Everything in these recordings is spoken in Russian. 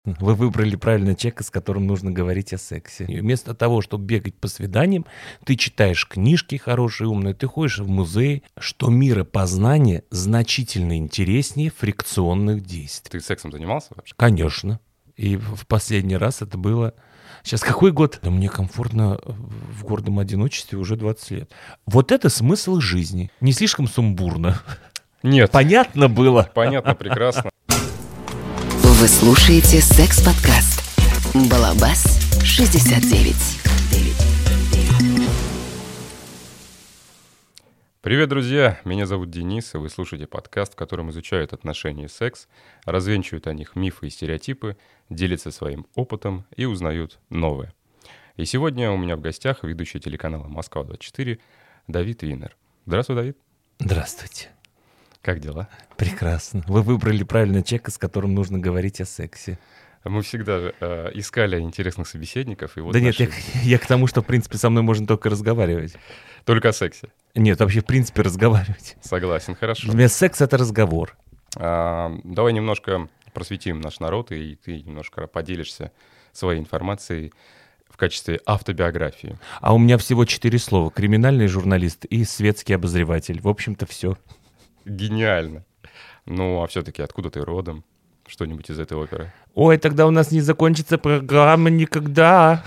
Вы выбрали правильный человека, с которым нужно говорить о сексе. И вместо того, чтобы бегать по свиданиям, ты читаешь книжки хорошие, умные, ты ходишь в музей, что миропознание значительно интереснее фрикционных действий. Ты сексом занимался вообще? Конечно. И в последний раз это было... Сейчас какой год? Да мне комфортно в гордом одиночестве уже 20 лет. Вот это смысл жизни. Не слишком сумбурно. Нет. Понятно было? Понятно, прекрасно. Вы слушаете секс-подкаст «Балабас 69». Привет, друзья! Меня зовут Денис, и вы слушаете подкаст, в котором изучают отношения и секс, развенчивают о них мифы и стереотипы, делятся своим опытом и узнают новое. И сегодня у меня в гостях ведущий телеканала «Москва-24» Давид Винер. Здравствуй, Давид. Здравствуйте. Как дела? Прекрасно. Вы выбрали правильного человека, с которым нужно говорить о сексе. Мы всегда искали интересных собеседников. И вот да нет, я к тому, что, в принципе, со мной можно только разговаривать. Только о сексе? Нет, вообще, в принципе, разговаривать. Согласен, хорошо. Для меня секс — это разговор. Давай немножко просветим наш народ, и ты немножко поделишься своей информацией в качестве автобиографии. А у меня всего 4 слова. Криминальный журналист и светский обозреватель. В общем-то, все. Гениально. Ну, а все-таки откуда ты родом? Что-нибудь из этой оперы? Ой, тогда у нас не закончится программа никогда.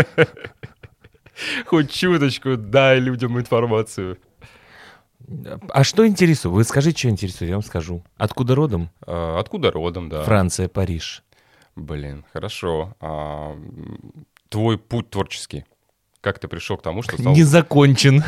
Хоть чуточку дай людям информацию. А что интересует? Вы скажите, что интересует, я вам скажу. Откуда родом? Откуда родом, да. Франция, Париж. Блин, хорошо. Твой путь творческий. Как ты пришел к тому, что стал... Не закончен.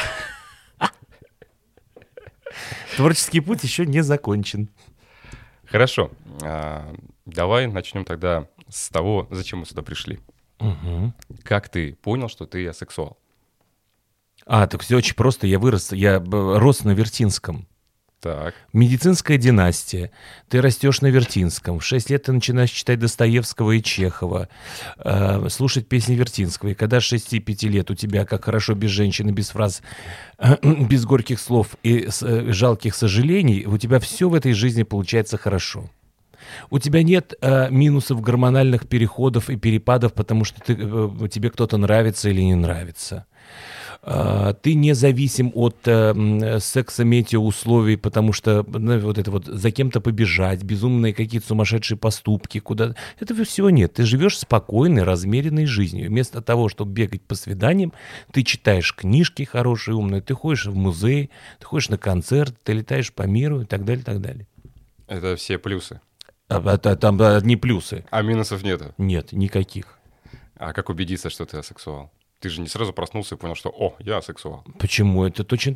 Творческий путь еще не закончен. Хорошо. Давай начнем тогда с того, зачем мы сюда пришли. Угу. Как ты понял, что ты асексуал? Так все очень просто. Я рос на Вертинском. Так. Медицинская династия. Ты растешь на Вертинском. В 6 лет ты начинаешь читать Достоевского и Чехова, слушать песни Вертинского. И когда с 6-5 лет у тебя «Как хорошо без женщины», без фраз, без горьких слов и жалких сожалений, у тебя все в этой жизни получается хорошо. У тебя нет минусов, гормональных переходов и перепадов, потому что тебе кто-то нравится или не нравится. Ты не зависим от секса-метеоусловий, потому что за кем-то побежать, безумные какие-то сумасшедшие поступки, куда... Этого всего нет. Ты живешь спокойной, размеренной жизнью. Вместо того, чтобы бегать по свиданиям, ты читаешь книжки хорошие, умные, ты ходишь в музей, ты ходишь на концерт, ты летаешь по миру и так далее, и так далее. Это все плюсы. Там одни плюсы. А минусов нету? Нет, никаких. А как убедиться, что ты асексуал? Ты же не сразу проснулся и понял, что я асексуал. Почему? Это точно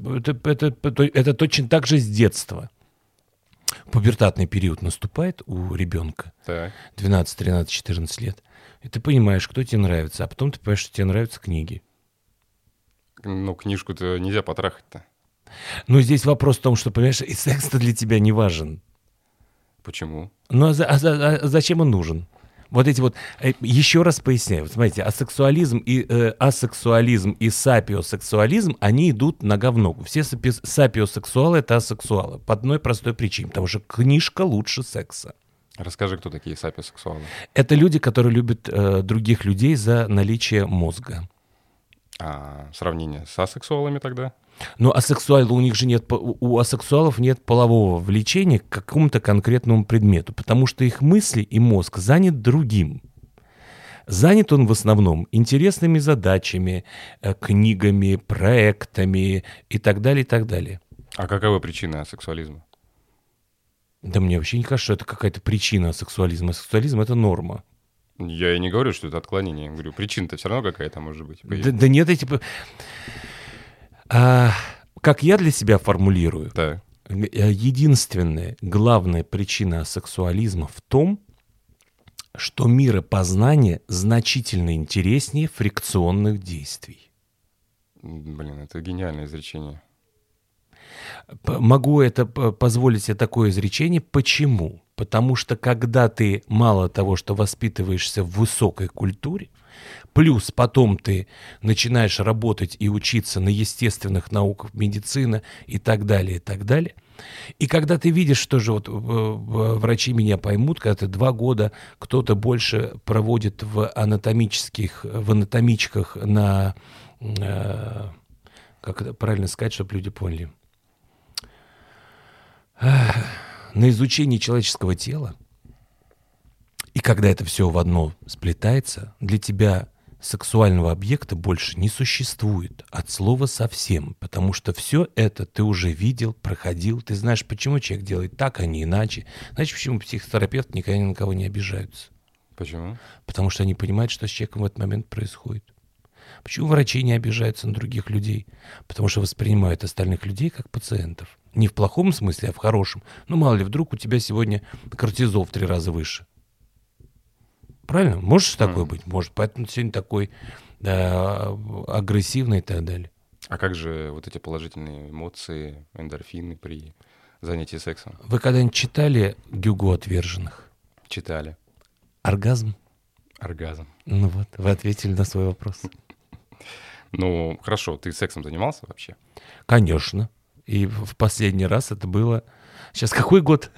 так же с детства. Пубертатный период наступает у ребенка. Так. 12, 13, 14 лет. И ты понимаешь, кто тебе нравится. А потом ты понимаешь, что тебе нравятся книги. Ну, книжку-то нельзя потрахать-то. Но здесь вопрос в том, что, понимаешь, и секс-то для тебя не важен. Почему? Ну, зачем он нужен? Вот эти вот, еще раз поясняю, вот смотрите, асексуализм и сапиосексуализм, они идут нога в ногу. Все сапиосексуалы — это асексуалы. По одной простой причине, потому что книжка лучше секса. Расскажи, кто такие сапиосексуалы. Это люди, которые любят других людей за наличие мозга. А сравнение с асексуалами тогда? Но асексуалы, у них же нет, у асексуалов нет полового влечения к какому-то конкретному предмету, потому что их мысли и мозг занят другим. Занят он в основном интересными задачами, книгами, проектами и так далее, и так далее. А какова причина асексуализма? Да мне вообще не кажется, что это какая-то причина асексуализма. Асексуализм — это норма. Я и не говорю, что это отклонение. Я говорю, причина-то все равно какая-то может быть. Да нет, как я для себя формулирую, да. Единственная, главная причина асексуализма в том, что миропознание значительно интереснее фрикционных действий. Блин, это гениальное изречение. Могу позволить себе такое изречение. Почему? Потому что когда ты мало того, что воспитываешься в высокой культуре, Плюс потом ты начинаешь работать и учиться на естественных науках, медицина и так далее, и так далее. И когда ты видишь, что же вот врачи меня поймут, когда ты 2 года, кто-то больше проводит в анатомичках на, как это правильно сказать, чтобы люди поняли, на изучении человеческого тела. И когда это все в одно сплетается, для тебя сексуального объекта больше не существует от слова совсем, потому что все это ты уже видел, проходил, ты знаешь, почему человек делает так, а не иначе. Знаешь, почему психотерапевты никогда ни на кого не обижаются? Почему? Потому что они понимают, что с человеком в этот момент происходит. Почему врачи не обижаются на других людей? Потому что воспринимают остальных людей как пациентов. Не в плохом смысле, а в хорошем. Ну, мало ли, вдруг у тебя сегодня кортизол в 3 раза выше. Правильно? Может такое быть? Может. Поэтому ты сегодня такой агрессивный и так далее. А как же вот эти положительные эмоции, эндорфины при занятии сексом? Вы когда-нибудь читали «Гюго отверженных»? Читали. Оргазм? Оргазм. Ну вот, вы ответили на свой вопрос. Ну, хорошо, ты сексом занимался вообще? Конечно. И в последний раз это было... Сейчас какой год?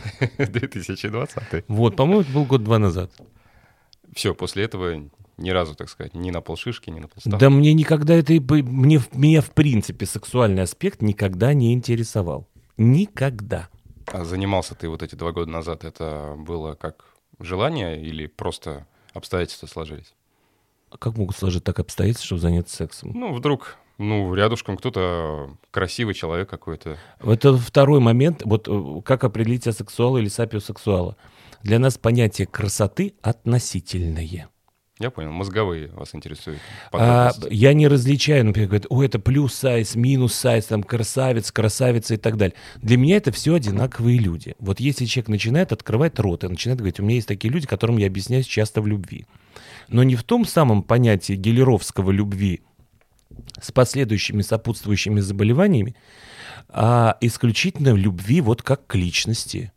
2020. Вот, по-моему, это был 2 года назад. Все, после этого ни разу, так сказать, ни на полшишки, ни на полставки. Да мне никогда меня в принципе сексуальный аспект никогда не интересовал. Никогда. А занимался ты вот эти 2 года назад, это было как желание или просто обстоятельства сложились? А как могут сложить так обстоятельства, чтобы заняться сексом? Ну, вдруг, рядышком кто-то красивый человек какой-то. Это второй момент. Вот как определить асексуала или сапиосексуала? Для нас понятие красоты относительное. Я понял, мозговые вас интересуют. Я не различаю, например, говорят, это плюс сайз, минус сайз, там красавец, красавица и так далее. Для меня это все одинаковые люди. Вот если человек начинает открывать рот и начинает говорить, у меня есть такие люди, которым я объясняюсь часто в любви. Но не в том самом понятии гелеровского любви с последующими сопутствующими заболеваниями, а исключительно в любви вот как к личности.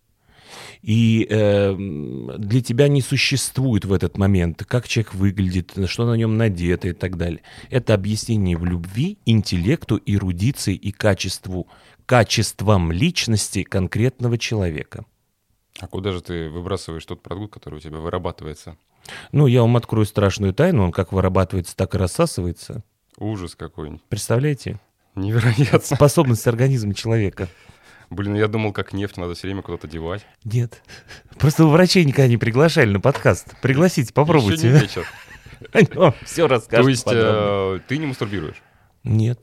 И для тебя не существует в этот момент, как человек выглядит, что на нем надето и так далее. Это объяснение в любви, интеллекту, эрудиции и качествам личности конкретного человека. А куда же ты выбрасываешь тот продукт, который у тебя вырабатывается? Ну, я вам открою страшную тайну, он как вырабатывается, так и рассасывается. Ужас какой-нибудь. Представляете? Невероятно. Способность организма человека. Блин, я думал, как нефть надо все время куда-то девать. Нет. Просто вы врачей никогда не приглашали на подкаст. Пригласите, попробуйте. Еще не вечер. Они вам все расскажут. То есть ты не мастурбируешь? Нет.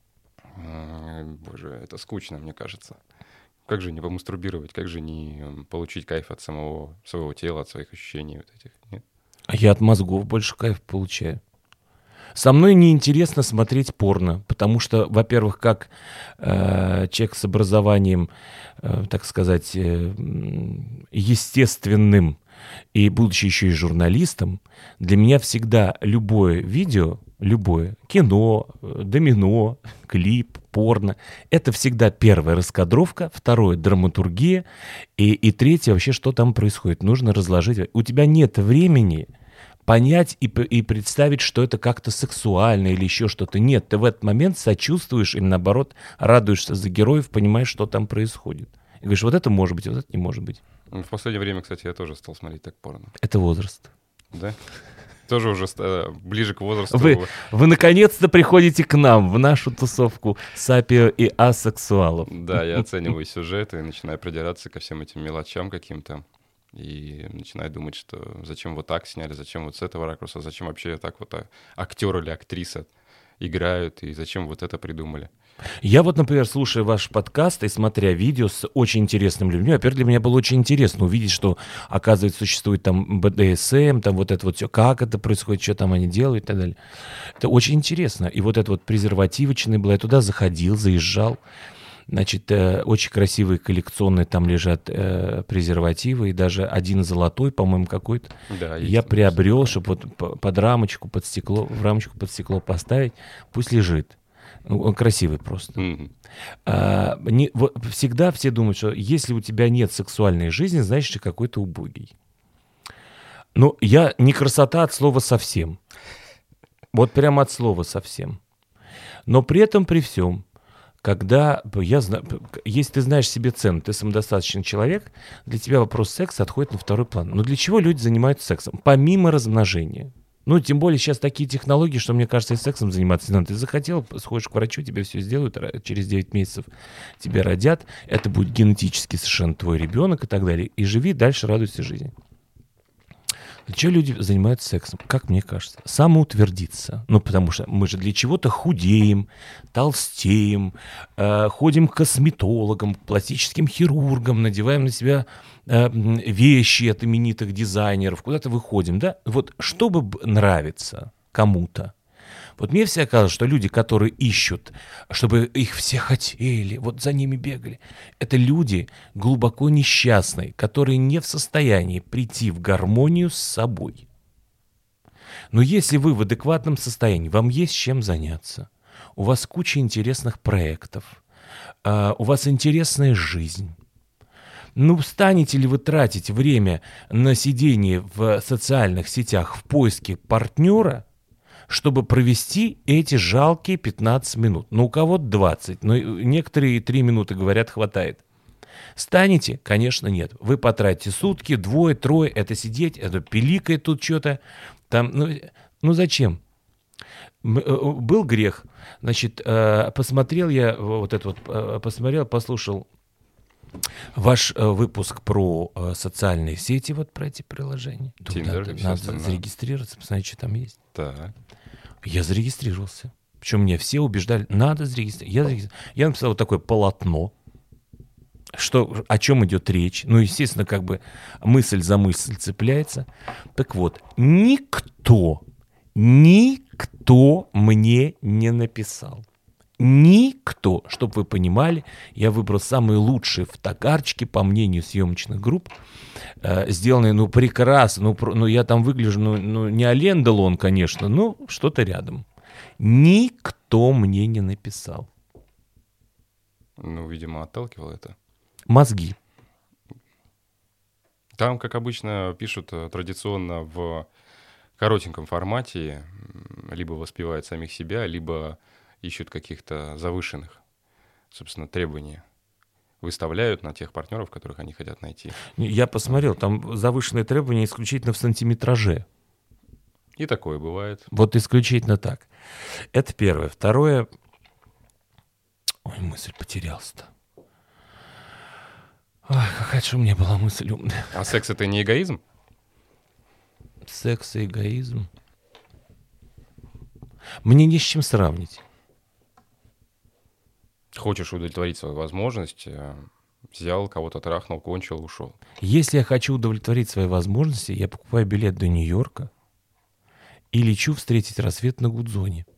Боже, это скучно, мне кажется. Как же не помастурбировать? Как же не получить кайф от самого своего тела, от своих ощущений вот этих? Нет? А я от мозгов больше кайф получаю. Со мной неинтересно смотреть порно, потому что, во-первых, как человек с образованием, так сказать, естественным, и будучи еще и журналистом, для меня всегда любое видео, любое кино, домино, клип, порно, это всегда первая раскадровка, второе драматургия, и третье вообще, что там происходит. Нужно разложить. У тебя нет времени понять и представить, что это как-то сексуально или еще что-то. Нет, ты в этот момент сочувствуешь или, наоборот, радуешься за героев, понимаешь, что там происходит. И говоришь, вот это может быть, вот это не может быть. В последнее время, кстати, я тоже стал смотреть так порно. Это возраст. Да? Тоже уже ближе к возрасту. Вы наконец-то приходите к нам, в нашу тусовку сапио и асексуалов. Да, я оцениваю сюжеты и начинаю придираться ко всем этим мелочам каким-то. И начинаю думать, что зачем вот так сняли, зачем вот с этого ракурса, зачем вообще так вот актер или актриса играют, и зачем вот это придумали. Я вот, например, слушая ваш подкаст и смотря видео с очень интересными людьми, во-первых, для меня было очень интересно увидеть, что, оказывается, существует там БДСМ, там вот это вот все, как это происходит, что там они делают и так далее. Это очень интересно. И вот это вот презервативочный был, я туда заходил, заезжал. Значит, очень красивые коллекционные там лежат презервативы, и даже один золотой, по-моему, какой-то. Да, я приобрел, чтобы вот под рамочку, под стекло, в рамочку под стекло поставить, пусть лежит. Он красивый просто. Всегда все думают, что если у тебя нет сексуальной жизни, значит, ты какой-то убогий. Ну, я не красота от слова совсем. Вот прямо от слова совсем. Но при этом, при всем, когда если ты знаешь себе цену, ты самодостаточный человек, для тебя вопрос секса отходит на второй план. Но для чего люди занимаются сексом? Помимо размножения. Ну, тем более сейчас такие технологии, что, мне кажется, и сексом заниматься не надо. Ты захотел, сходишь к врачу, тебе все сделают, через 9 месяцев тебя родят, это будет генетически совершенно твой ребенок и так далее. И живи дальше, радуйся жизни. Для чего люди занимаются сексом? Как мне кажется, самоутвердиться. Ну, потому что мы же для чего-то худеем, толстеем, ходим к косметологам, к пластическим хирургам, надеваем на себя вещи от именитых дизайнеров, куда-то выходим, да? Вот чтобы нравиться кому-то. Вот мне всегда казалось, что люди, которые ищут, чтобы их все хотели, вот за ними бегали, это люди глубоко несчастные, которые не в состоянии прийти в гармонию с собой. Но если вы в адекватном состоянии, вам есть чем заняться, у вас куча интересных проектов, у вас интересная жизнь, ну, станете ли вы тратить время на сидение в социальных сетях в поиске партнера, чтобы провести эти жалкие 15 минут? Ну, у кого-то 20, но некоторые 3 минуты, говорят, хватает. Станете? Конечно, нет. Вы потратите сутки, 2, 3, это сидеть, это пиликает тут что-то. Там, ну зачем? Был грех. Значит, посмотрел я, послушал ваш выпуск про социальные сети, вот про эти приложения. Надо зарегистрироваться, посмотреть, что там есть. Так. Я зарегистрировался. Причем меня все убеждали, надо зарегистрироваться. Я написал вот такое полотно, о чем идет речь. Ну, естественно, как бы мысль за мысль цепляется. Так вот, никто мне не написал. Никто, чтобы вы понимали, я выбрал самые лучшие фотокарточки, по мнению съемочных групп, сделанные, прекрасно, я там выгляжу, не Ален Делон, конечно, но что-то рядом. Никто мне не написал. Ну, видимо, отталкивал это. Мозги. Там, как обычно, пишут традиционно в коротеньком формате, либо воспевают самих себя, либо ищут каких-то завышенных, собственно, требований. Выставляют на тех партнеров, которых они хотят найти. Я посмотрел, там завышенные требования исключительно в сантиметраже. И такое бывает. Вот исключительно так. Это первое. Второе. Ой, мысль потерялся-то. Ой, какая же у меня была мысль умная. А секс — это не эгоизм? Секс и эгоизм. Мне не с чем сравнить. Хочешь удовлетворить свою возможность, взял, кого-то трахнул, кончил, ушел. Если я хочу удовлетворить свои возможности, я покупаю билет до Нью-Йорка и лечу встретить рассвет на Гудзоне.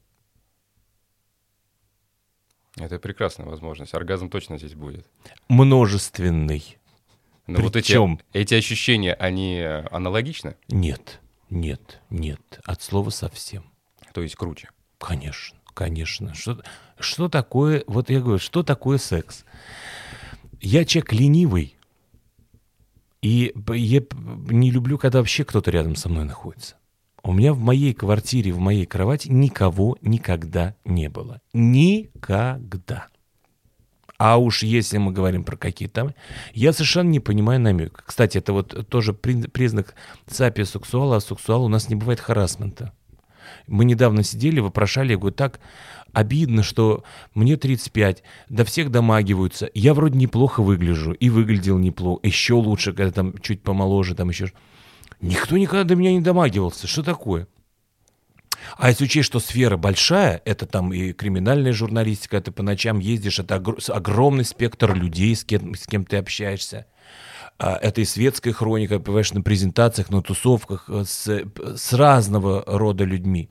Это прекрасная возможность. Оргазм точно здесь будет. Множественный. Но вот эти ощущения, они аналогичны? Нет. От слова совсем. То есть круче? Конечно. Что такое, вот я говорю, что такое секс? Я человек ленивый, и я не люблю, когда вообще кто-то рядом со мной находится. У меня в моей квартире, в моей кровати никого никогда не было. Никогда. А уж если мы говорим про какие-то... Я совершенно не понимаю намека. Кстати, это вот тоже признак сапиосексуала, а сексуала у нас не бывает харассмента. Мы недавно сидели, вопрошали, я говорю, так обидно, что мне 35, до всех домагиваются, я вроде неплохо выгляжу, и выглядел неплохо, еще лучше, когда там чуть помоложе, там еще... Никто никогда до меня не домагивался, что такое? А если учесть, что сфера большая, это там и криминальная журналистика, ты по ночам ездишь, это огромный спектр людей, с кем ты общаешься. Это и светская хроника, понимаешь, на презентациях, на тусовках с разного рода людьми.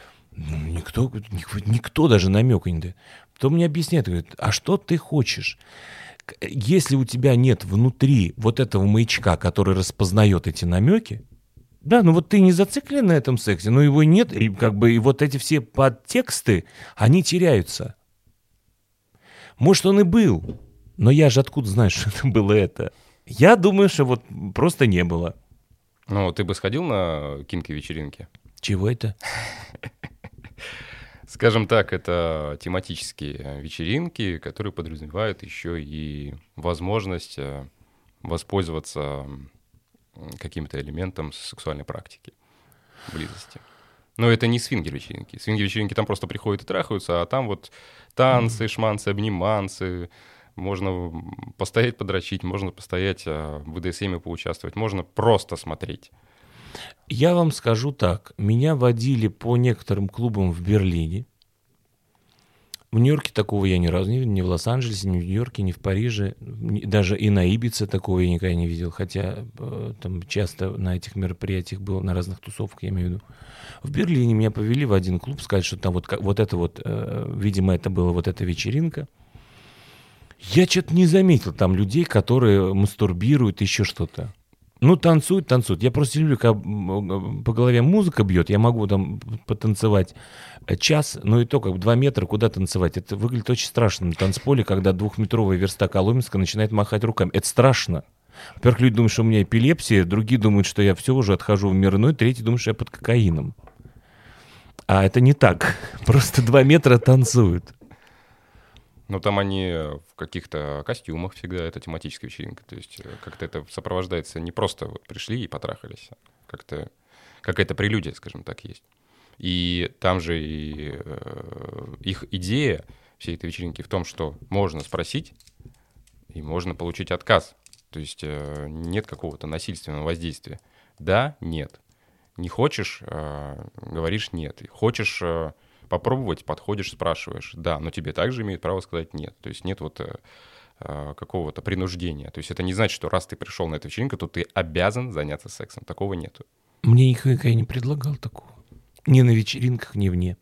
Никто даже намека не дает. Потом мне объясняет, говорит, а что ты хочешь? Если у тебя нет внутри вот этого маячка, который распознает эти намеки, да, ну вот ты не зациклен на этом сексе, но его нет, и как бы и вот эти все подтексты, они теряются. Может, он и был, но я же откуда знаю, что это было это? Я думаю, что вот просто не было. Ну, ты бы сходил на кинки-вечеринки? Чего это? Скажем так, это тематические вечеринки, которые подразумевают еще и возможность воспользоваться каким-то элементом сексуальной практики, близости. Но это не свингер-вечеринки. Свингер-вечеринки там просто приходят и трахаются, а там вот танцы, шманцы, обниманцы. Можно постоять, подрочить, можно постоять в БДСМе поучаствовать, можно просто смотреть. Я вам скажу так. Меня водили по некоторым клубам в Берлине. В Нью-Йорке такого я ни разу не видел. Ни в Лос-Анджелесе, ни в Нью-Йорке, ни в Париже. Даже и на Ибице такого я никогда не видел. Хотя там часто на этих мероприятиях было, на разных тусовках, я имею в виду. В Берлине меня повели в один клуб, сказать, что там вот это вот, видимо, это была вот эта вечеринка. Я что-то не заметил там людей, которые мастурбируют, еще что-то. Ну, танцуют. Я просто люблю, когда по голове музыка бьет, я могу там потанцевать час, но и то, как бы 2 метра, куда танцевать. Это выглядит очень страшно на танцполе, когда 2-метровая верста Коломенская начинает махать руками. Это страшно. Во-первых, люди думают, что у меня эпилепсия, другие думают, что я все уже отхожу в мир иной, третьи думают, что я под кокаином. А это не так. Просто 2 метра танцуют. Но там они в каких-то костюмах всегда, это тематическая вечеринка. То есть как-то это сопровождается не просто вот пришли и потрахались, а как-то какая-то прелюдия, скажем так, есть. И там же и их идея всей этой вечеринки в том, что можно спросить и можно получить отказ. То есть нет какого-то насильственного воздействия. Да, нет. Не хочешь, говоришь нет. Хочешь попробовать, подходишь, спрашиваешь. Да, но тебе также имеют право сказать нет. То есть нет вот какого-то принуждения. То есть это не значит, что раз ты пришел на эту вечеринку, то ты обязан заняться сексом. Такого нету. Мне никто никогда не предлагал такого. Ни на вечеринках, ни вне.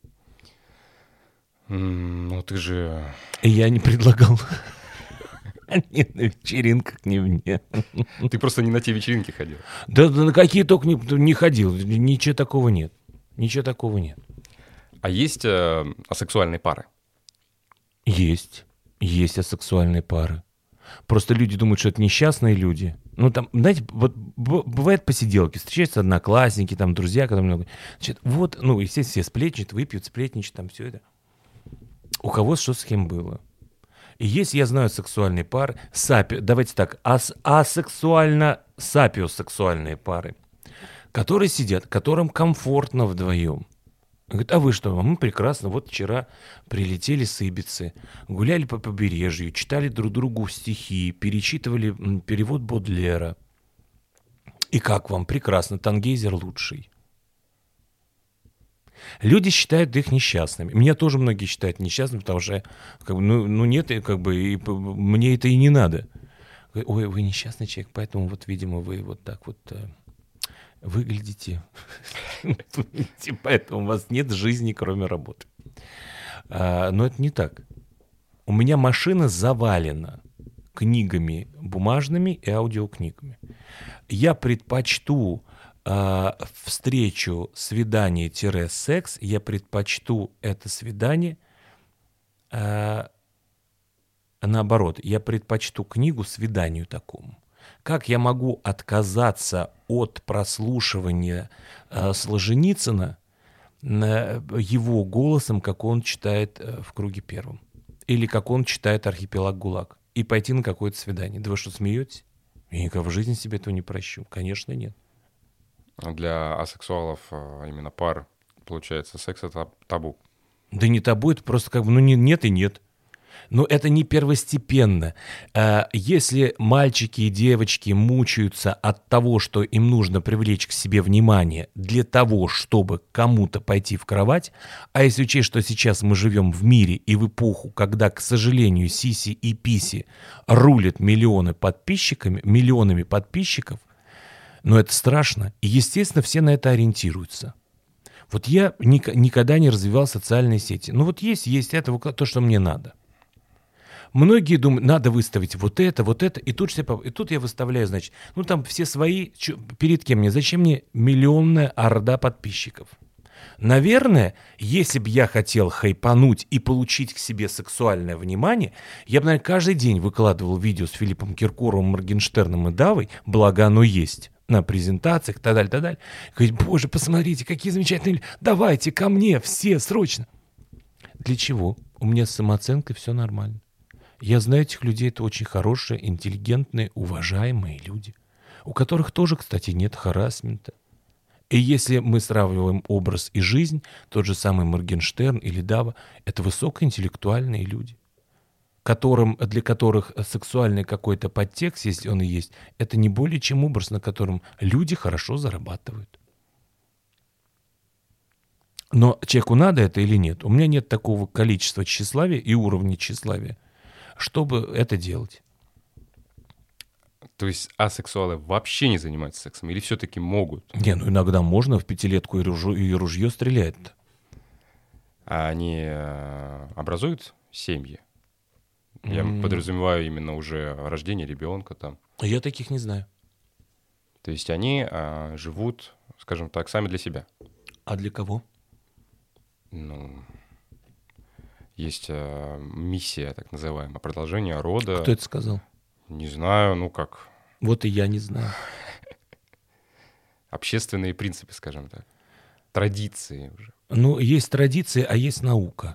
Ну ты же... Я не предлагал. Ни на вечеринках, ни вне. Ты просто не на те вечеринки ходил. Да на какие только не ходил. Ничего такого нет. Ничего такого нет. А есть асексуальные пары? Есть. Есть асексуальные пары. Просто люди думают, что это несчастные люди. Ну, там, знаете, вот бывают посиделки, встречаются одноклассники, там, друзья, когда много. Значит, вот, ну, естественно, все сплетничают, выпьют, сплетничают, там, все это. У кого что с кем было. И есть, я знаю, сексуальные пары, давайте так, сапиосексуальные пары, которые сидят, которым комфортно вдвоем. Говорит, а вы что? Мы прекрасно. Вот вчера прилетели с Ибицы, гуляли по побережью, читали друг другу стихи, перечитывали перевод Бодлера. И как вам? Прекрасно. Тангейзер лучший. Люди считают их несчастными. Меня тоже многие считают несчастными, потому что как бы, ну нет, как бы, и, мне это и не надо. Ой, вы несчастный человек, поэтому вот, видимо, вы вот так вот... выглядите, поэтому у вас нет жизни, кроме работы. Но это не так. У меня машина завалена книгами бумажными и аудиокнигами. Я предпочту встречу, свидание-секс, я предпочту это свидание наоборот. Я предпочту книгу свиданию такому. Как я могу отказаться от прослушивания Солженицына его голосом, как он читает в «Круге первом»? Или как он читает «Архипелаг ГУЛАГ»? И пойти на какое-то свидание? Да вы что, смеетесь? Я никогда в жизни себе этого не прощу. Конечно, нет. Для асексуалов, именно пар, получается, секс — это табу. Да не табу, это просто как бы, ну нет и нет. Но это не первостепенно. Если мальчики и девочки мучаются от того, что им нужно привлечь к себе внимание для того, чтобы кому-то пойти в кровать, а если учесть, что сейчас мы живем в мире и в эпоху, когда, к сожалению, сиси и писи рулят миллионами подписчиков, но это страшно. И, естественно, все на это ориентируются. Вот я никогда не развивал социальные сети. Ну вот есть это, то, что мне надо. Многие думают, надо выставить вот это, и тут я выставляю, значит, ну там все свои, перед кем мне, зачем мне миллионная орда подписчиков? Наверное, если бы я хотел хайпануть и получить к себе сексуальное внимание, я бы, наверное, каждый день выкладывал видео с Филиппом Киркоровым, Моргенштерном и Давой, благо оно есть, на презентациях и так далее, так далее. Говорить: боже, посмотрите, какие замечательные люди, давайте ко мне все срочно. Для чего? У меня с самооценкой все нормально. Я знаю этих людей, это очень хорошие, интеллигентные, уважаемые люди, у которых тоже, кстати, нет харассмента. И если мы сравниваем образ и жизнь, тот же самый Моргенштерн или Дава — это высокоинтеллектуальные люди, для которых сексуальный какой-то подтекст, если он и есть, это не более чем образ, на котором люди хорошо зарабатывают. Но человеку надо это или нет? У меня нет такого количества тщеславия и уровня тщеславия, чтобы это делать. То есть асексуалы вообще не занимаются сексом или все-таки могут? Не, ну иногда можно в пятилетку и ружье стрелять. А они образуют семьи? Я подразумеваю именно уже рождение ребенка там. Я таких не знаю. То есть они живут, скажем так, сами для себя. А для кого? Ну, есть миссия, так называемая, продолжение рода. Кто это сказал? Не знаю, ну как. Вот и я не знаю. Общественные принципы, скажем так. Традиции уже. Ну, есть традиции, а есть наука.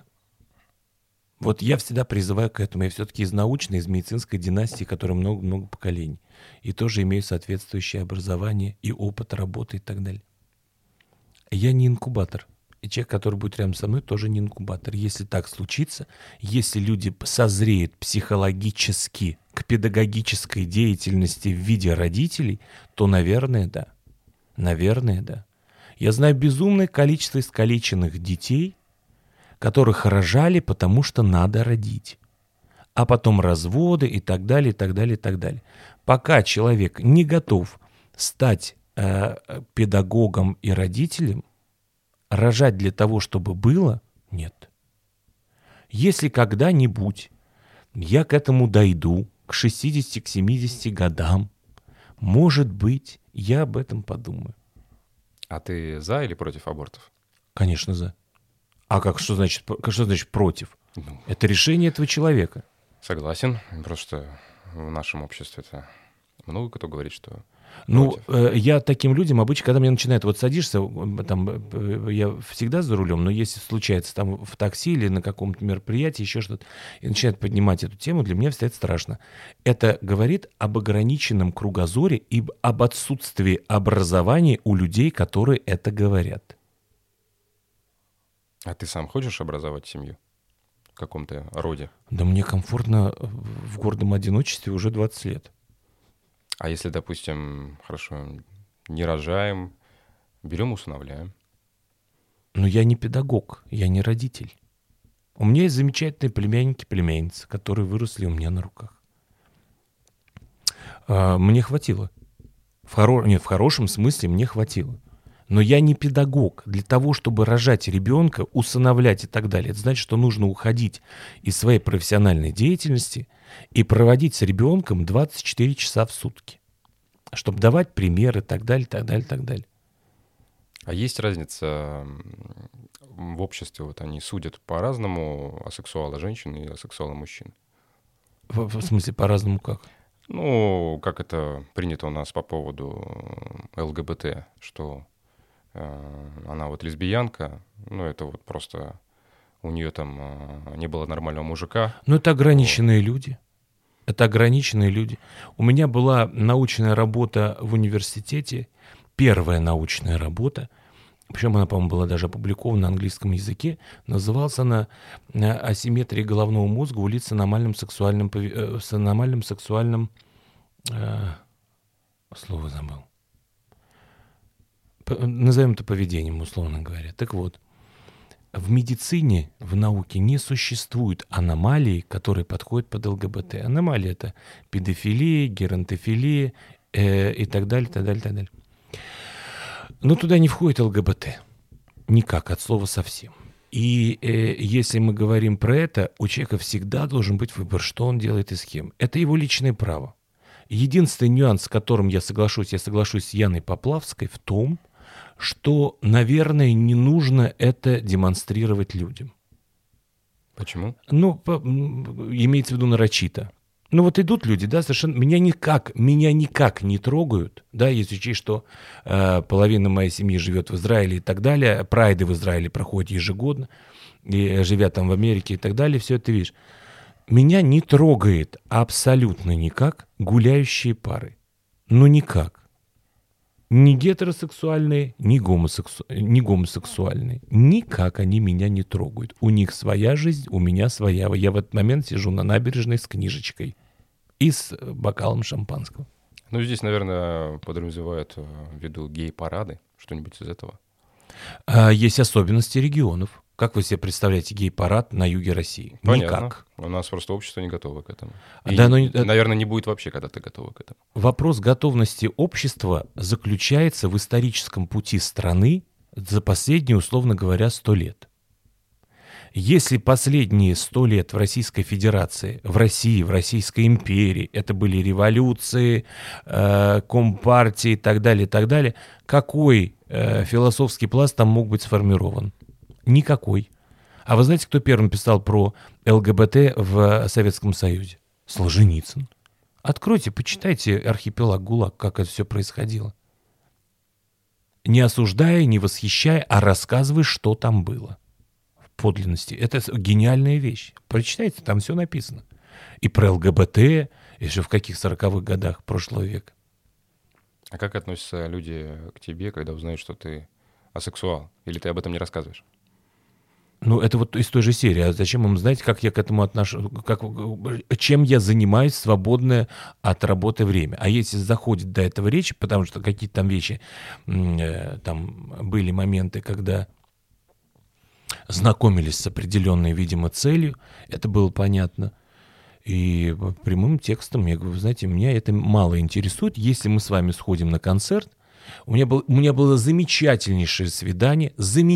Вот я всегда призываю к этому. Я все-таки из научной, из медицинской династии, которая много-много поколений. И тоже имею соответствующее образование и опыт работы и так далее. Я не инкубатор. И человек, который будет рядом со мной, тоже не инкубатор. Если так случится, если люди созреют психологически к педагогической деятельности в виде родителей, то, наверное, да. Наверное, да. Я знаю безумное количество искалеченных детей, которых рожали, потому что надо родить. А потом разводы и так далее, и так далее, и так далее. Пока человек не готов стать педагогом и родителем, рожать для того, чтобы было, нет. Если когда-нибудь я к этому дойду, к 60, к 70 годам, может быть, я об этом подумаю. А ты за или против абортов? Конечно, за. А что значит против? Это решение этого человека. Согласен. Просто в нашем обществе это много кто говорит, что... Ну, я таким людям обычно, когда мне начинает, вот садишься, там, я всегда за рулем, но если случается там в такси или на каком-то мероприятии, еще что-то, и начинает поднимать эту тему, для меня всегда это страшно. Это говорит об ограниченном кругозоре и об отсутствии образования у людей, которые это говорят. А ты сам хочешь образовать семью в каком-то роде? Да мне комфортно в гордом одиночестве уже 20 лет. А если, допустим, хорошо, не рожаем, берем, усыновляем? Но я не педагог, я не родитель. У меня есть замечательные племянники, племянницы, которые выросли у меня на руках. Мне хватило. В хорошем смысле мне хватило. Но я не педагог. Для того, чтобы рожать ребенка, усыновлять и так далее, это значит, что нужно уходить из своей профессиональной деятельности и проводить с ребенком 24 часа в сутки, чтобы давать примеры и так далее, так далее, так далее. А есть разница в обществе? Вот они судят по-разному асексуала женщин и асексуала мужчин. В смысле, по-разному как? Ну, как это принято у нас по поводу ЛГБТ, что она вот лесбиянка, ну, это вот просто у нее там не было нормального мужика. Ну, это ограниченные люди. Это ограниченные люди. У меня была научная работа в университете, первая научная работа, причем она, по-моему, была даже опубликована на английском языке, называлась она «Асимметрия головного мозга у лиц с аномальным сексуальным слово забыл. Назовем это поведением, условно говоря. Так вот, в медицине, в науке не существует аномалий, которые подходят под ЛГБТ. Аномалии — это педофилия, геронтофилия и так далее, так далее, так далее. Но туда не входит ЛГБТ. Никак, от слова совсем. И если мы говорим про это, у человека всегда должен быть выбор, что он делает и с кем. Это его личное право. Единственный нюанс, с которым я соглашусь с Яной Поплавской, в том, что, наверное, не нужно это демонстрировать людям. Почему? Ну, имеется в виду нарочито. Ну вот идут люди, да, совершенно меня никак не трогают, да, если учесть, что половина моей семьи живет в Израиле и так далее, прайды в Израиле проходят ежегодно, и живя там в Америке и так далее, все это видишь. Меня не трогает абсолютно никак гуляющие пары. Ну никак. Ни гетеросексуальные, ни гомосексуальные. Никак они меня не трогают. У них своя жизнь, у меня своя. Я в этот момент сижу на набережной с книжечкой и с бокалом шампанского. Ну, здесь, наверное, подразумевают в виду гей-парады, что-нибудь из этого. Есть особенности регионов. Как вы себе представляете гей-парад на юге России? Понятно. Никак. У нас просто общество не готово к этому. Да, наверное, не будет вообще когда-то готово к этому. Вопрос готовности общества заключается в историческом пути страны за последние, условно говоря, 100 лет. Если последние 100 лет в Российской Федерации, в России, в Российской империи, это были революции, компартии и так далее, какой философский пласт там мог быть сформирован? Никакой. А вы знаете, кто первым писал про ЛГБТ в Советском Союзе? Солженицын. Откройте, почитайте «Архипелаг ГУЛАГ», как это все происходило. Не осуждая, не восхищая, а рассказывая, что там было. В подлинности. Это гениальная вещь. Прочитайте, там все написано. И про ЛГБТ, еще в каких 40-х годах прошлого века. А как относятся люди к тебе, когда узнают, что ты асексуал? Или ты об этом не рассказываешь? Ну, это вот из той же серии. А зачем им знать, как я к этому отношусь, чем я занимаюсь в свободное от работы время? А если заходит до этого речи, потому что какие-то там вещи, там были моменты, когда знакомились с определенной, видимо, целью, это было понятно. И прямым текстом я говорю, вы знаете, меня это мало интересует. Если мы с вами сходим на концерт, у меня было замечательнейшее свидание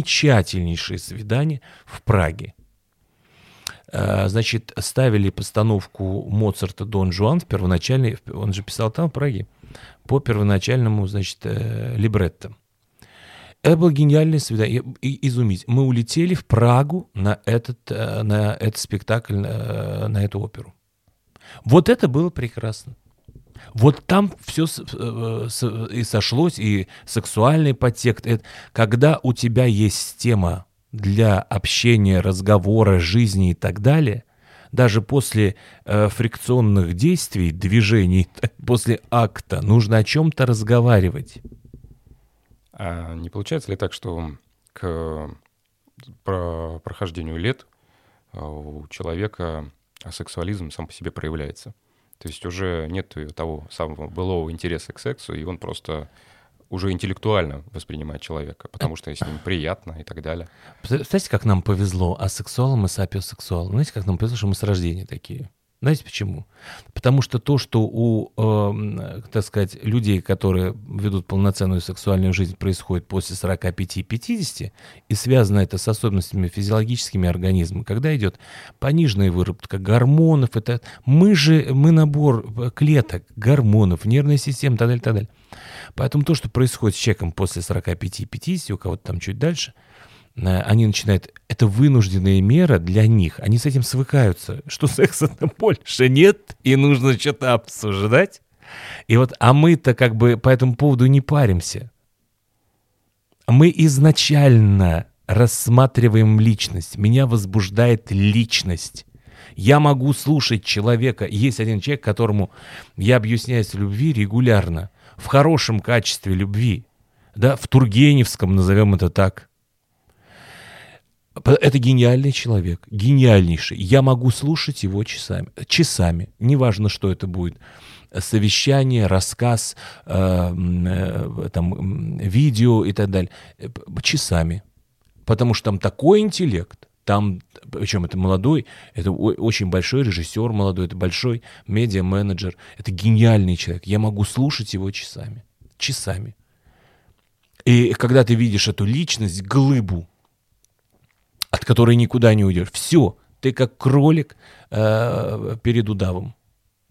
в Праге. Значит, ставили постановку Моцарта «Дон Жуан» в первоначальной, он же писал там, в Праге, по первоначальному, значит, либретто. Это было гениальное свидание, изумительно. Мы улетели в Прагу на этот спектакль, на эту оперу. Вот это было прекрасно. Вот там все и сошлось, и сексуальный подтекст. Когда у тебя есть тема для общения, разговора, жизни и так далее, даже после фрикционных действий, движений, после акта, нужно о чем-то разговаривать. А не получается ли так, что к прохождению лет у человека сексуализм сам по себе проявляется? То есть уже нет того самого былого интереса к сексу, и он просто уже интеллектуально воспринимает человека, потому что с ним приятно и так далее. Знаете, как нам повезло асексуалам и сапиосексуалам? Знаете, как нам повезло, что мы с рождения такие? Знаете почему? Потому что то, что у, так сказать, людей, которые ведут полноценную сексуальную жизнь, происходит после 45-50, и связано это с особенностями физиологическими организма, когда идет пониженная выработка гормонов, мы набор клеток, гормонов, нервной системы, так далее. Поэтому то, что происходит с человеком после 45-50, у кого-то там чуть дальше, они начинают, это вынужденная мера для них, они с этим свыкаются, что секса-то больше нет, и нужно что-то обсуждать. И вот, а мы-то как бы по этому поводу не паримся. Мы изначально рассматриваем личность. Меня возбуждает личность. Я могу слушать человека. Есть один человек, которому я объясняюсь в любви регулярно, в хорошем качестве любви, да, в Тургеневском, назовем это так. Это гениальный человек, гениальнейший. Я могу слушать его часами. Неважно, что это будет. Совещание, рассказ, там, видео и так далее. Часами. Потому что там такой интеллект. Там, причем это молодой, это очень большой режиссер молодой, это большой медиа-менеджер. Это гениальный человек. Я могу слушать его часами. Часами. И когда ты видишь эту личность, глыбу, от которой никуда не уйдешь. Все, ты как кролик перед удавом.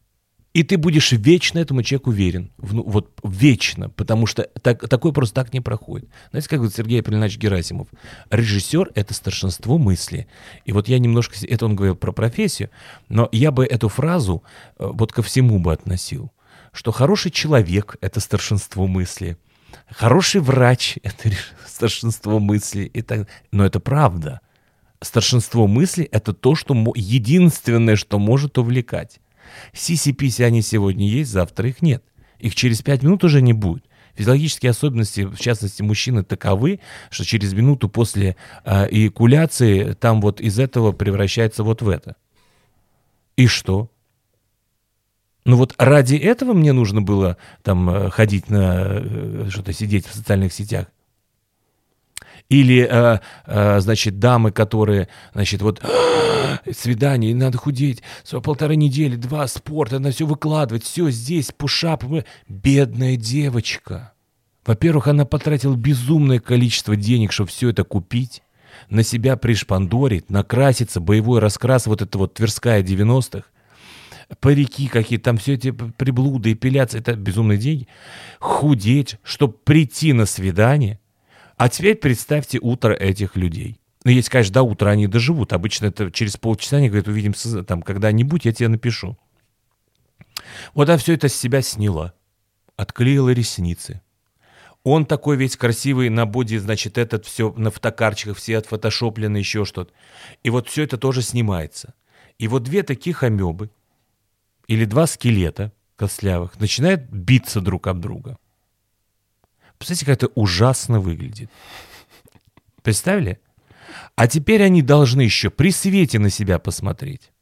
И ты будешь вечно этому человеку верен. Вот вечно, потому что такое просто так не проходит. Знаете, как говорит Сергей Апрельевич Герасимов? Режиссер — это старшинство мысли. И вот я немножко... Это он говорил про профессию, но я бы эту фразу вот ко всему бы относил. Что хороший человек — это старшинство мысли. Хороший врач — это старшинство мысли. И так... Но это правда. Старшинство мысли — это то, что единственное, что может увлекать. Сиси-писи они сегодня есть, завтра их нет. Их через 5 минут уже не будет. Физиологические особенности, в частности, мужчины таковы, что через минуту после эякуляции там вот из этого превращается вот в это. И что? Ну вот ради этого мне нужно было там ходить на что-то, сидеть в социальных сетях. Или, значит, дамы, которые, значит, вот свидание, надо худеть, 1,5 недели, 2, спорт, надо все выкладывать, все здесь, пушап. Бедная девочка. Во-первых, она потратила безумное количество денег, чтобы все это купить, на себя пришпандорить, накраситься, боевой раскрас, вот это вот Тверская 90-х, парики какие-то, там все эти приблуды, эпиляции, это безумные деньги. Худеть, чтобы прийти на свидание. А теперь представьте утро этих людей. Ну, если, конечно, до утра они доживут. Обычно это через полчаса они говорят, увидимся там когда-нибудь, я тебе напишу. Вот она все это с себя сняла. Отклеила ресницы. Он такой весь красивый на боди, значит, этот все на фотокарточках, все отфотошоплены, еще что-то. И вот все это тоже снимается. И вот 2 таких амебы или 2 скелета костлявых начинают биться друг об друга. Представляете, как это ужасно выглядит. Представили? А теперь они должны еще при свете на себя посмотреть.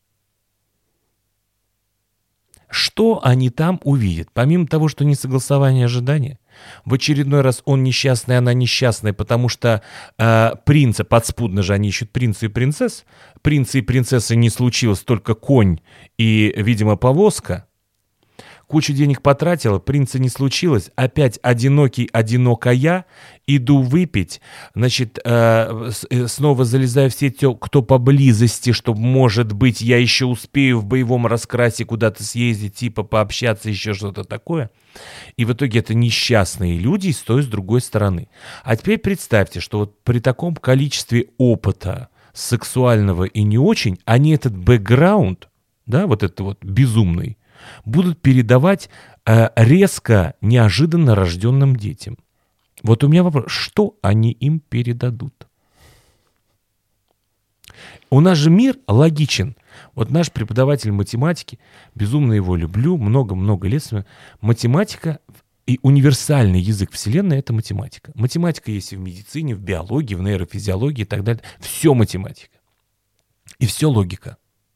Что они там увидят? Помимо того, что несогласование ожидания, в очередной раз он несчастный, она несчастная, потому что принца, подспудно же они ищут принца и принцесс. Принца и принцессы не случилось, только конь и, видимо, повозка. Кучу денег потратила, принца не случилось, опять одинокий, одинокая, иду выпить, значит, снова залезаю в сеть, кто поблизости, чтобы, может быть, я еще успею в боевом раскрасе куда-то съездить, типа пообщаться, еще что-то такое. И в итоге это несчастные люди с той, с другой стороны. А теперь представьте, что вот при таком количестве опыта сексуального и не очень, они этот бэкграунд, да, вот это вот безумный, будут передавать резко, неожиданно рожденным детям. Вот у меня вопрос, что они им передадут? У нас же мир логичен. Вот наш преподаватель математики, безумно его люблю, много-много лет. Математика и универсальный язык Вселенной — это математика. Математика есть и в медицине, в биологии, в нейрофизиологии и так далее. Все математика. И все логика.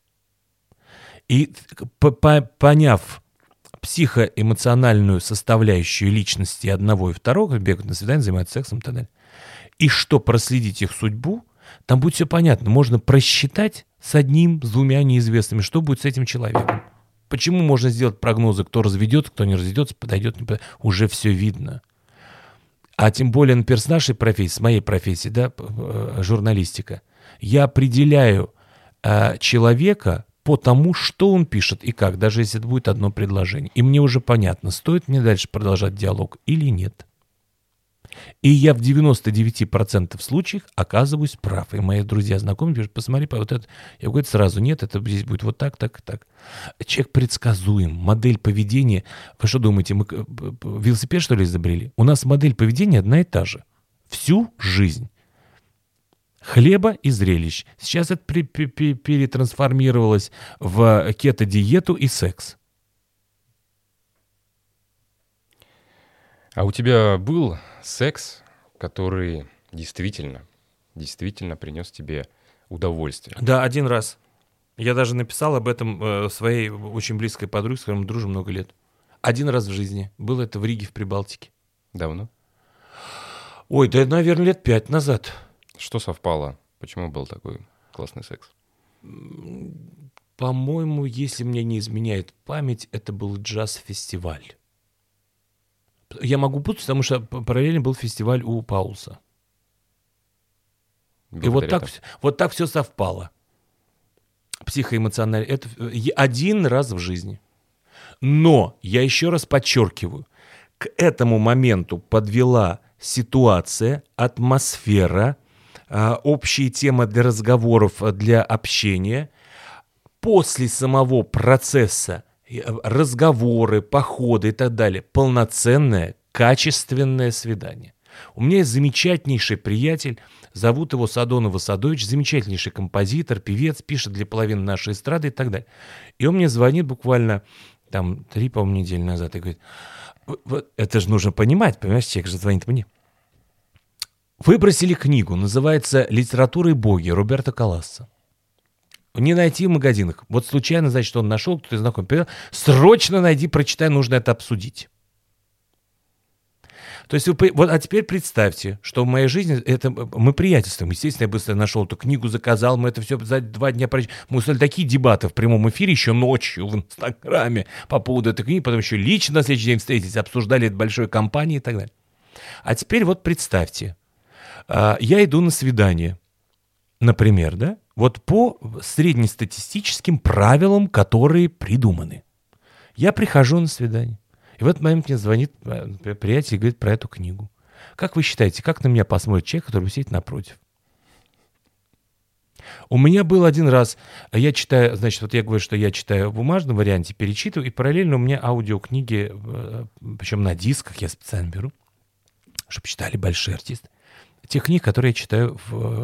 И поняв психоэмоциональную составляющую личности одного и второго, бегают на свидание, занимаются сексом и так далее, и что проследить их судьбу, там будет все понятно. Можно просчитать с одним, с 2 неизвестными, что будет с этим человеком. Почему можно сделать прогнозы, кто разведется, кто не разведется, подойдет, не подойдет. Уже все видно. А тем более, например, с нашей профессией, с моей профессией, да, журналистика, я определяю человека по тому, что он пишет и как, даже если это будет одно предложение. И мне уже понятно, стоит мне дальше продолжать диалог или нет. И я в 99% случаев оказываюсь прав. И мои друзья, знакомые пишут, посмотри, вот это. Я говорю сразу, нет, это здесь будет вот так, так и так. Человек предсказуем, модель поведения. Вы что думаете, мы велосипед, что ли, изобрели? У нас модель поведения одна и та же. Всю жизнь. Хлеба и зрелищ. Сейчас это перетрансформировалось в кето-диету и секс. А у тебя был секс, который действительно принес тебе удовольствие? Да, 1 раз. Я даже написал об этом своей очень близкой подруге, с которой мы дружим много лет. 1 раз в жизни. Было это в Риге, в Прибалтике. Давно? Ой, да, наверное, лет 5 назад. Что совпало? Почему был такой классный секс? По-моему, если мне не изменяет память, это был джаз-фестиваль. Я могу путать, потому что параллельно был фестиваль у Паулса. И вот так все совпало. Психоэмоционально. Это 1 раз в жизни. Но, я еще раз подчеркиваю, к этому моменту подвела ситуация, атмосфера, общие темы для разговоров, для общения. После самого процесса разговоры, походы и так далее, полноценное, качественное свидание. У меня есть замечательнейший приятель, зовут его Садонов Садович, замечательнейший композитор, певец, пишет для половины нашей эстрады и так далее. И он мне звонит буквально 3, по-моему, недели назад и говорит, вот это же нужно понимать, понимаешь, человек же звонит мне. Выбросили книгу, называется «Литература и боги» Роберто Калласа. Не найти в магазинах. Вот случайно, значит, он нашел, кто-то знакомый. Срочно найди, прочитай, нужно это обсудить. То есть, а теперь представьте, что в моей жизни мы приятельствуем. Естественно, я быстро нашел эту книгу, заказал, мы это все за 2 дня прочитали. Мы устали такие дебаты в прямом эфире еще ночью в Инстаграме по поводу этой книги, потом еще лично на следующий день встретились, обсуждали это в большой компании и так далее. А теперь вот представьте, я иду на свидание, например, да, вот по среднестатистическим правилам, которые придуманы. Я прихожу на свидание. И в этот момент мне звонит приятель и говорит про эту книгу. Как вы считаете, как на меня посмотрит человек, который сидит напротив? У меня был один раз, я читаю, значит, вот я говорю, что я читаю в бумажном варианте, перечитываю, и параллельно у меня аудиокниги, причем на дисках я специально беру, чтобы читали большие артисты. Тех книг, которые я читаю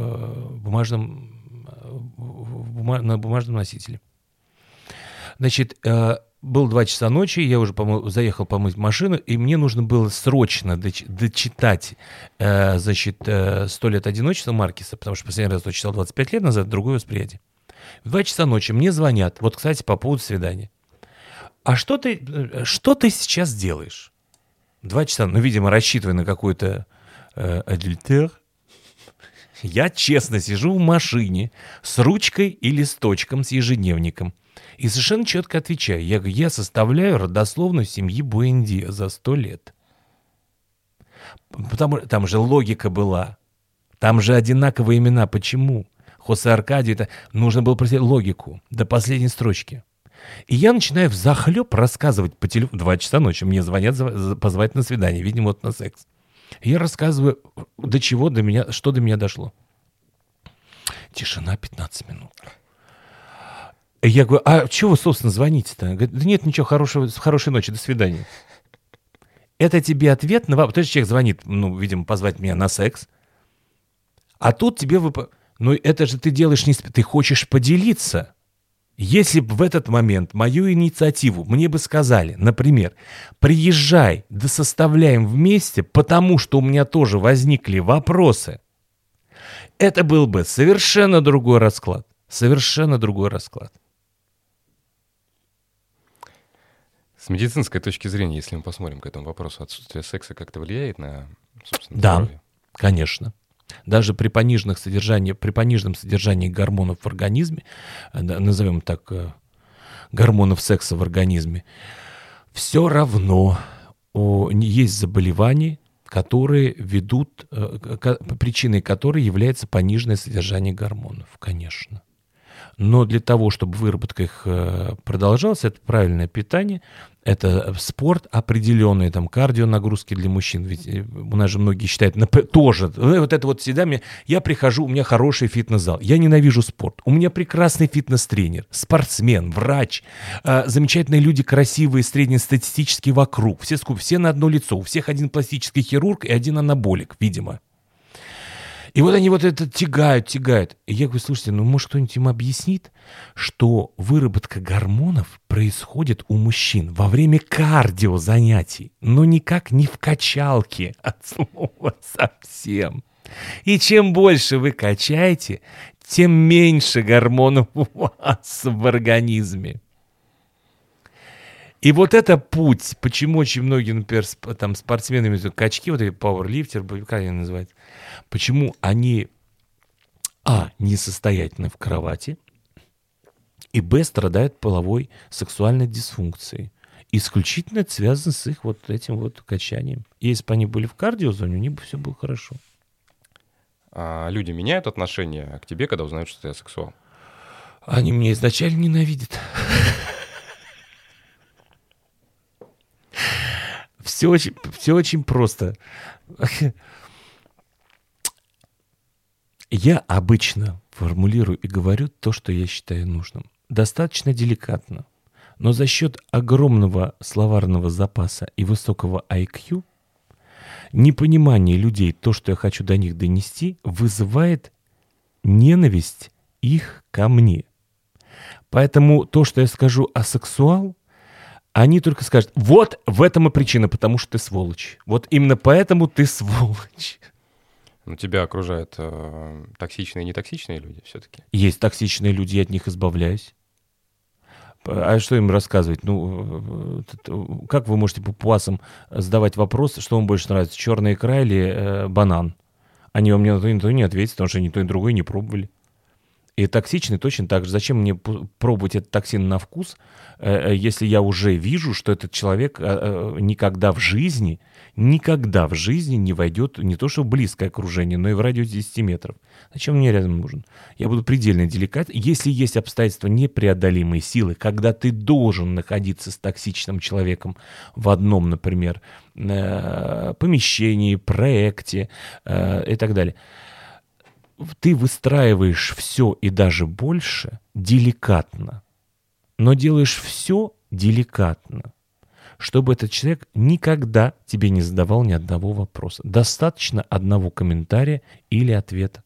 на бумажном носителе. Значит, было 2 часа ночи, я уже заехал помыть машину, и мне нужно было срочно дочитать, значит, «100 лет одиночества» Маркеса, потому что последний раз я читал 25 лет назад, другое восприятие. В 2 часа ночи мне звонят, вот, кстати, по поводу свидания. А что ты сейчас делаешь? 2 часа, видимо, рассчитывая на какой-то адюльтер. Я честно сижу в машине с ручкой и листочком с ежедневником. И совершенно четко отвечаю. Я говорю, я составляю родословную семьи Буэндиа за 100 лет. Потому там же логика была. Там же одинаковые имена. Почему? Хосе Аркадий, это нужно было просить логику до последней строчки. И я начинаю взахлеб рассказывать по телефону. 2 часа ночи мне звонят позвать на свидание. Видимо, вот на секс. И я рассказываю, что до меня дошло. Тишина 15 минут. Я говорю, а чего вы, собственно, звоните-то? Говорит, да нет, ничего, хорошей ночи, до свидания. Это тебе ответ на вопрос. То есть человек звонит, видимо, позвать меня на секс. А тут тебе это же ты делаешь не... Ты хочешь поделиться. Если бы в этот момент мою инициативу мне бы сказали, например, приезжай, да составляем вместе, потому что у меня тоже возникли вопросы, это был бы совершенно другой расклад. Совершенно другой расклад. С медицинской точки зрения, если мы посмотрим к этому вопросу, отсутствие секса как-то влияет на, собственно, здоровье? Да, конечно. Даже при пониженном содержании гормонов в организме, назовем так, гормонов секса в организме, все равно есть заболевания, которые ведут, причиной которой является пониженное содержание гормонов, конечно. Но для того, чтобы выработка их продолжалась, это правильное питание, это спорт, определенные там кардионагрузки для мужчин. Ведь у нас же многие считают, тоже, вот это вот всегда я прихожу, у меня хороший фитнес-зал, я ненавижу спорт, у меня прекрасный фитнес-тренер, спортсмен, врач, замечательные люди, красивые, среднестатистические вокруг, все на одно лицо, у всех один пластический хирург и один анаболик, видимо. И вот они вот это тягают. И я говорю, слушайте, может кто-нибудь им объяснит, что выработка гормонов происходит у мужчин во время кардиозанятий, но никак не в качалке, от слова совсем. И чем больше вы качаете, тем меньше гормонов у вас в организме. И вот это путь, почему очень многие, например, там спортсмены, качки, вот эти пауэрлифтеры, как они называют, почему они, несостоятельны в кровати, и, страдают половой сексуальной дисфункцией. Исключительно это связано с их вот этим вот качанием. Если бы они были в кардиозоне, у них бы все было хорошо. А люди меняют отношение к тебе, когда узнают, что ты асексуал? Они меня изначально ненавидят. Все очень просто. Я обычно формулирую и говорю то, что я считаю нужным. Достаточно деликатно. Но за счет огромного словарного запаса и высокого IQ непонимание людей, то, что я хочу до них донести, вызывает ненависть их ко мне. Поэтому то, что я скажу асексуал, они только скажут, вот в этом и причина, потому что ты сволочь. Вот именно поэтому ты сволочь. Но тебя окружают токсичные и нетоксичные люди все-таки. Есть токсичные люди, я от них избавляюсь. А что им рассказывать? Ну, как вы можете папуасам задавать вопрос, что вам больше нравится, черная икра или банан? Они вам ни на то не ответят, потому что ни то, ни другое не пробовали. И токсичный точно так же. Зачем мне пробовать этот токсин на вкус, если я уже вижу, что этот человек никогда в жизни не войдет не то что в близкое окружение, но и в радиусе 10 метров. Зачем мне рядом нужен? Я буду предельно деликатен. Если есть обстоятельства непреодолимой силы, когда ты должен находиться с токсичным человеком в одном, например, помещении, проекте и так далее, ты выстраиваешь все и даже больше деликатно, но делаешь все деликатно, чтобы этот человек никогда тебе не задавал ни одного вопроса. Достаточно одного комментария или ответа.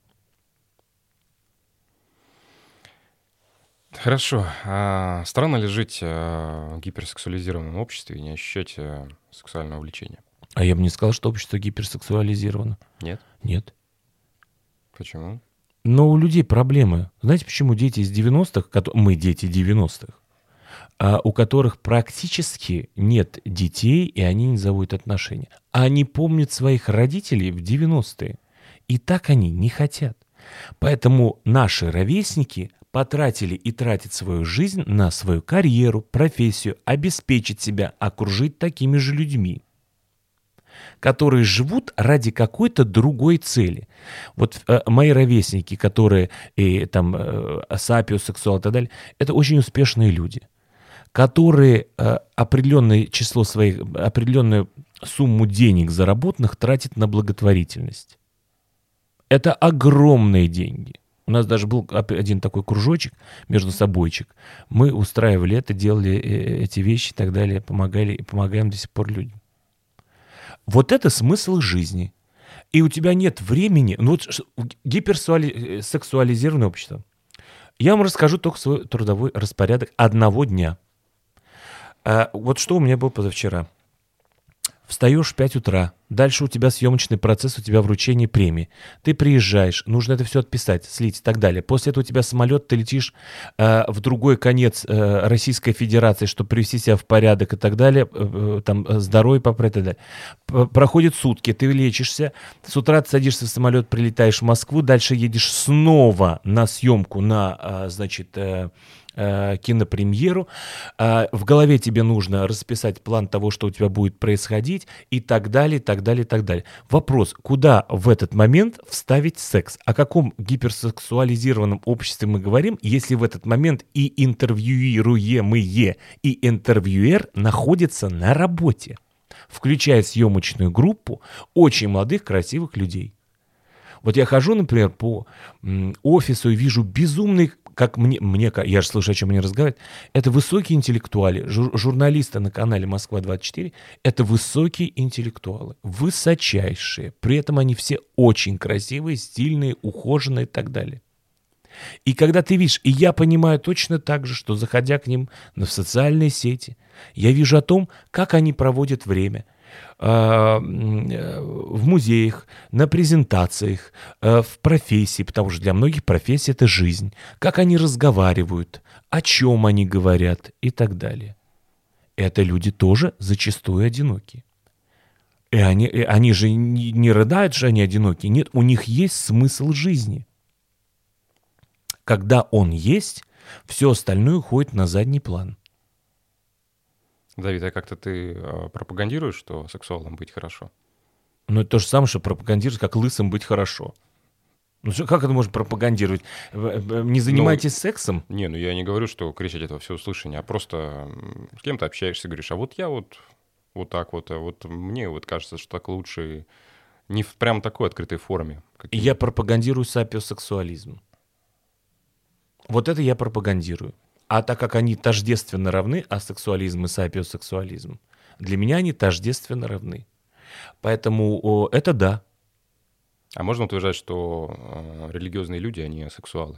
Хорошо. А странно ли жить в гиперсексуализированном обществе и не ощущать сексуального влечения? А я бы не сказал, что общество гиперсексуализировано. Нет? Нет. Почему? Но у людей проблемы. Знаете, почему дети из 90-х, мы дети 90-х, у которых практически нет детей, и они не заводят отношения. А они помнят своих родителей в 90-е. И так они не хотят. Поэтому наши ровесники потратили и тратят свою жизнь на свою карьеру, профессию, обеспечить себя, окружить такими же людьми, которые живут ради какой-то другой цели. Вот мои ровесники, которые сапиосексуалы и так далее, это очень успешные люди, которые определенную сумму денег заработанных тратят на благотворительность. Это огромные деньги. У нас даже был один такой кружочек между собойчик. Мы устраивали это, делали эти вещи и так далее, помогаем до сих пор людям. Вот это смысл жизни. И у тебя нет времени. Ну вот гиперсексуализированное общество. Я вам расскажу только свой трудовой распорядок одного дня. Вот что у меня было позавчера. Встаешь в 5 утра, дальше у тебя съемочный процесс, у тебя вручение премии. Ты приезжаешь, нужно это все отписать, слить и так далее. После этого у тебя самолет, ты летишь в другой конец Российской Федерации, чтобы привести себя в порядок и так далее, там здоровье поправить и так далее. Проходят сутки, ты лечишься, с утра ты садишься в самолет, прилетаешь в Москву, дальше едешь снова на съемку, на, кинопремьеру. В голове тебе нужно расписать план того, что у тебя будет происходить, и так далее, и так далее, и так далее. Вопрос, куда в этот момент вставить секс? О каком гиперсексуализированном обществе мы говорим, если в этот момент и интервьюируемые, и интервьюер находятся на работе, включая съемочную группу очень молодых, красивых людей. Вот я хожу, например, по офису и вижу безумных, как мне, я же слышу, о чем они разговаривают, это высокие интеллектуалы, журналисты на канале «Москва-24», это высокие интеллектуалы, высочайшие, при этом они все очень красивые, стильные, ухоженные и так далее. И когда ты видишь, и я понимаю точно так же, что заходя к ним в социальные сети, я вижу о том, как они проводят время, в музеях, на презентациях, в профессии, потому что для многих профессия — это жизнь, как они разговаривают, о чем они говорят и так далее. Это люди тоже зачастую одиноки. И они же не рыдают, что они одиноки. Нет, у них есть смысл жизни. Когда он есть, все остальное уходит на задний план. Давид, а как-то ты пропагандируешь, что сексуалом быть хорошо? Ну, это то же самое, что пропагандировать, как лысым быть хорошо. Ну, как это можно пропагандировать? Не занимайтесь сексом? Не, я не говорю, что кричать это во всеуслышание, а просто с кем-то общаешься, говоришь, а вот я вот Вот так вот. Вот мне вот кажется, что так лучше не в прям такой открытой форме. Я пропагандирую сапиосексуализм. Вот это я пропагандирую. А так как они тождественно равны, асексуализм и сапиосексуализм, для меня они тождественно равны. Поэтому это да. А можно утверждать, что религиозные люди, они асексуалы?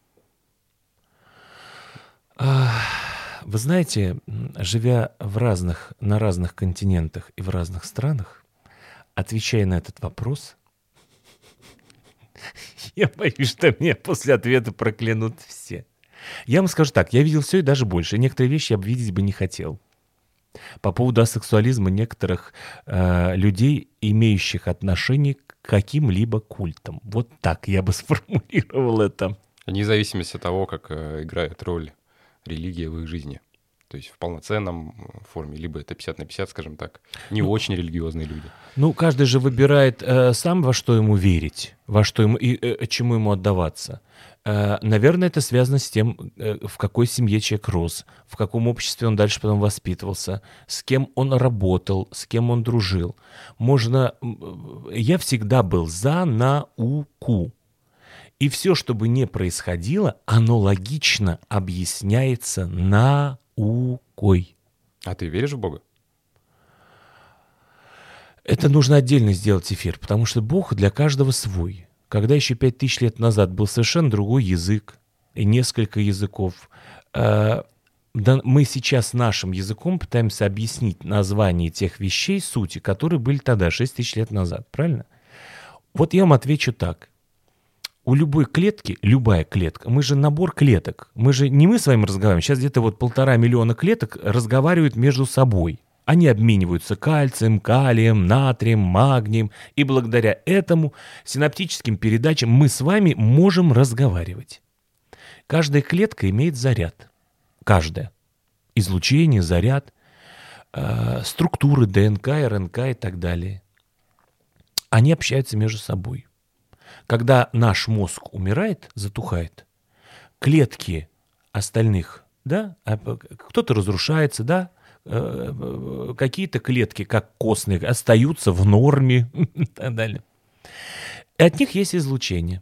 Вы знаете, живя на разных континентах и в разных странах, отвечая на этот вопрос, я боюсь, что меня после ответа проклянут все. Я вам скажу так, я видел все и даже больше. Некоторые вещи я бы видеть бы не хотел. По поводу асексуализма некоторых людей, имеющих отношение к каким-либо культам. Вот так я бы сформулировал это. Вне зависимости от того, как играет роль религия в их жизни. То есть в полноценном форме, либо это 50 на 50, скажем так, не очень религиозные люди. Ну, каждый же выбирает сам, во что ему верить, во что ему и чему ему отдаваться. Наверное, это связано с тем, в какой семье человек рос, в каком обществе он дальше потом воспитывался, с кем он работал, с кем он дружил. Я всегда был за науку. И все, что бы ни происходило, оно логично объясняется наукой. А ты веришь в Бога? Это нужно отдельно сделать эфир, потому что Бог для каждого свой. Когда еще 5000 лет назад был совершенно другой язык, и несколько языков, мы сейчас нашим языком пытаемся объяснить название тех вещей, сути, которые были тогда, 6000 лет назад, правильно? Вот я вам отвечу так. У любой клетки, любая клетка, мы же набор клеток, мы с вами разговариваем, сейчас где-то вот 1,5 миллиона клеток разговаривают между собой. Они обмениваются кальцием, калием, натрием, магнием, и благодаря этому синаптическим передачам мы с вами можем разговаривать. Каждая клетка имеет заряд. Каждая. Излучение, заряд, структуры ДНК, РНК и так далее. Они общаются между собой. Когда наш мозг умирает, затухает, клетки остальных, да, кто-то разрушается, да, какие-то клетки, как костные, остаются в норме и так далее. И от них есть излучение.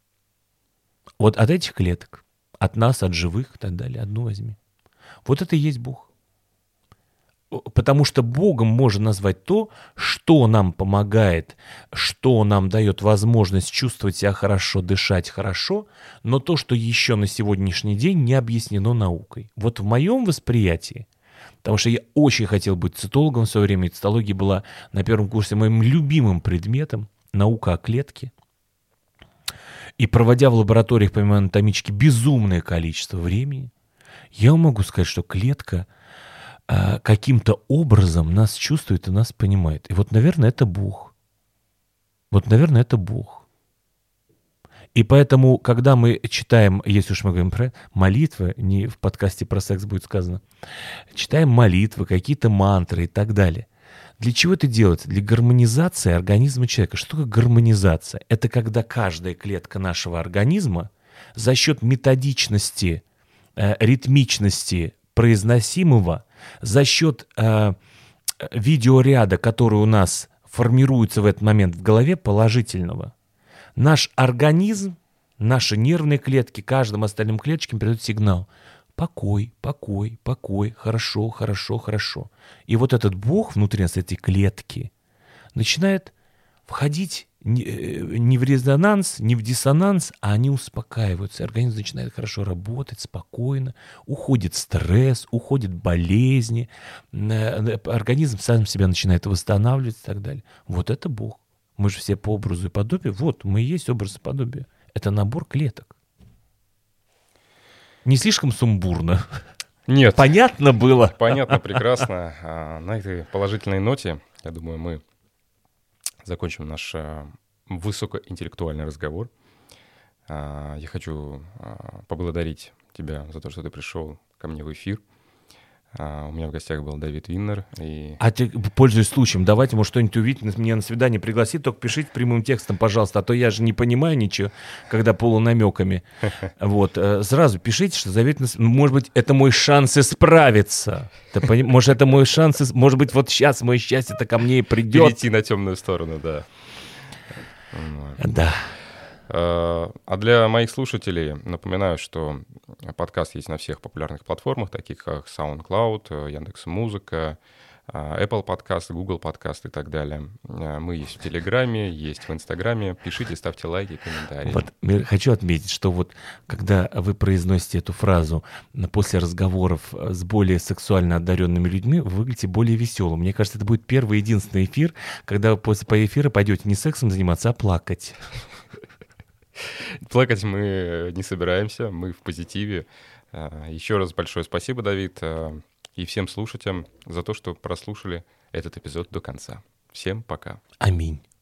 Вот от этих клеток, от нас, от живых и так далее, одну возьми. Вот это и есть Бог. Потому что Богом можно назвать то, что нам помогает, что нам дает возможность чувствовать себя хорошо, дышать хорошо, но то, что еще на сегодняшний день не объяснено наукой. Вот в моем восприятии, потому что я очень хотел быть цитологом в свое время, и цитология была на первом курсе моим любимым предметом, наука о клетке. И проводя в лабораториях, помимо анатомички, безумное количество времени, я могу сказать, что клетка каким-то образом нас чувствует и нас понимает. И вот, наверное, это Бог. Вот, наверное, это Бог. И поэтому, когда мы читаем, если уж мы говорим про молитвы, не в подкасте про секс будет сказано, читаем молитвы, какие-то мантры и так далее. Для чего это делается? Для гармонизации организма человека. Что такое гармонизация? Это когда каждая клетка нашего организма за счет методичности, ритмичности произносимого, за счет видеоряда, который у нас формируется в этот момент в голове, положительного, наш организм, наши нервные клетки, каждым остальным клеточкам передают сигнал: покой, покой, покой, хорошо, хорошо, хорошо. И вот этот Бог внутри нас, эти клетки, начинает входить не в резонанс, не в диссонанс, а они успокаиваются. Организм начинает хорошо работать, спокойно, уходит стресс, уходят болезни, организм сам себя начинает восстанавливать и так далее. Вот это Бог. Мы же все по образу и подобию. Вот, мы и есть образ и подобие. Это набор клеток. Не слишком сумбурно? Нет. Понятно было? Понятно, прекрасно. На этой положительной ноте, я думаю, мы закончим наш высокоинтеллектуальный разговор. Я хочу поблагодарить тебя за то, что ты пришел ко мне в эфир. У меня в гостях был Давид Виннер. А ты, пользуясь случаем, давайте, может, что-нибудь увидеть, меня на свидание пригласит, только пишите прямым текстом, пожалуйста, а то я же не понимаю ничего, когда полунамеками. Вот, сразу пишите, что зовет нас, может быть, это мой шанс исправиться. Может, это мой шанс, может быть, вот сейчас мое счастье-то ко мне и придет. Перейти на темную сторону, да. Да. А для моих слушателей напоминаю, что подкаст есть на всех популярных платформах, таких как SoundCloud, Яндекс.Музыка, Apple Podcast, Google Podcast и так далее. Мы есть в Телеграме, есть в Инстаграме. Пишите, ставьте лайки, комментарии. Вот, хочу отметить, что вот когда вы произносите эту фразу после разговоров с более сексуально одаренными людьми, вы выглядите более веселым. Мне кажется, это будет первый и единственный эфир, когда вы после эфира пойдете не сексом заниматься, а плакать. Плакать мы не собираемся, мы в позитиве. Еще раз большое спасибо, Давид, и всем слушателям за то, что прослушали этот эпизод до конца. Всем пока. Аминь.